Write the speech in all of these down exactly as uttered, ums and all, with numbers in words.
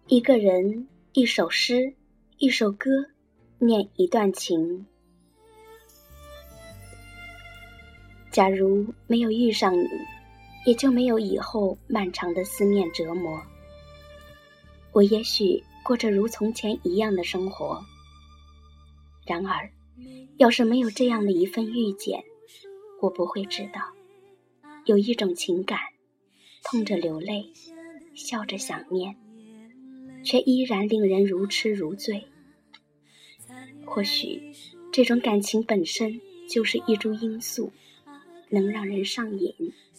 一个人，一首诗，一首歌，念一段情。假如没有遇上你，也就没有以后漫长的思念折磨。我也许过着如从前一样的生活，然而要是没有这样的一份遇见，我不会知道有一种情感痛着流泪，笑着想念，却依然令人如痴如醉。或许这种感情本身就是一株罂粟，能让人上瘾。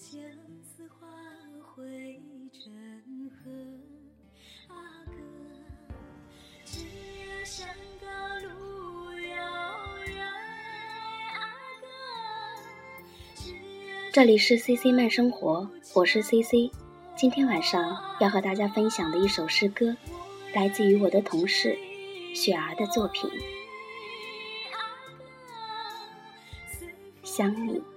这里是 C C 慢生活，我是 C C。 今天晚上要和大家分享的一首诗歌，来自于我的同事雪儿的作品。想你，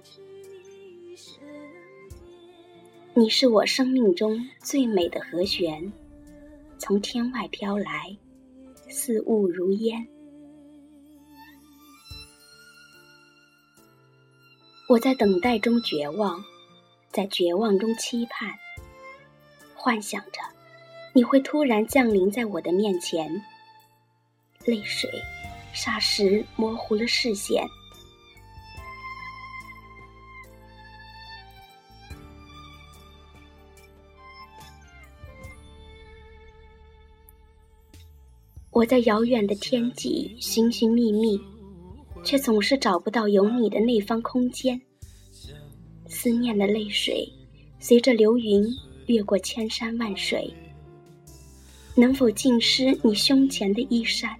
你是我生命中最美的和弦，从天外飘来，似雾如烟。我在等待中绝望，在绝望中期盼，幻想着你会突然降临在我的面前，泪水霎时模糊了视线。我在遥远的天际寻寻觅觅，却总是找不到有你的那方空间。思念的泪水随着流云越过千山万水，能否浸湿你胸前的衣衫？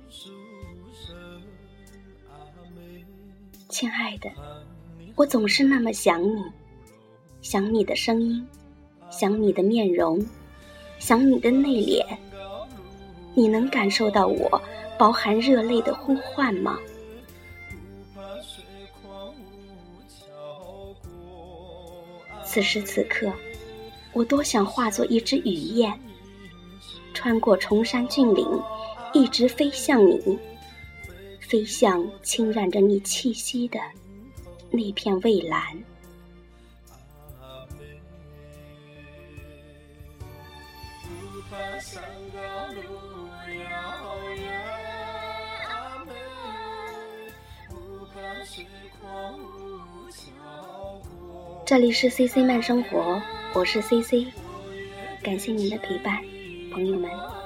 亲爱的，我总是那么想你，想你的声音，想你的面容，想你的内敛。你能感受到我饱含热泪的呼唤吗？此时此刻，我多想化作一只雨燕，穿过崇山峻岭，一直飞向你，飞向侵染着你气息的那片蔚蓝。不怕山高路遥远，阿门。不怕时光无桥过。这里是 C C 慢生活，我是 C C， 感谢您的陪伴，朋友们。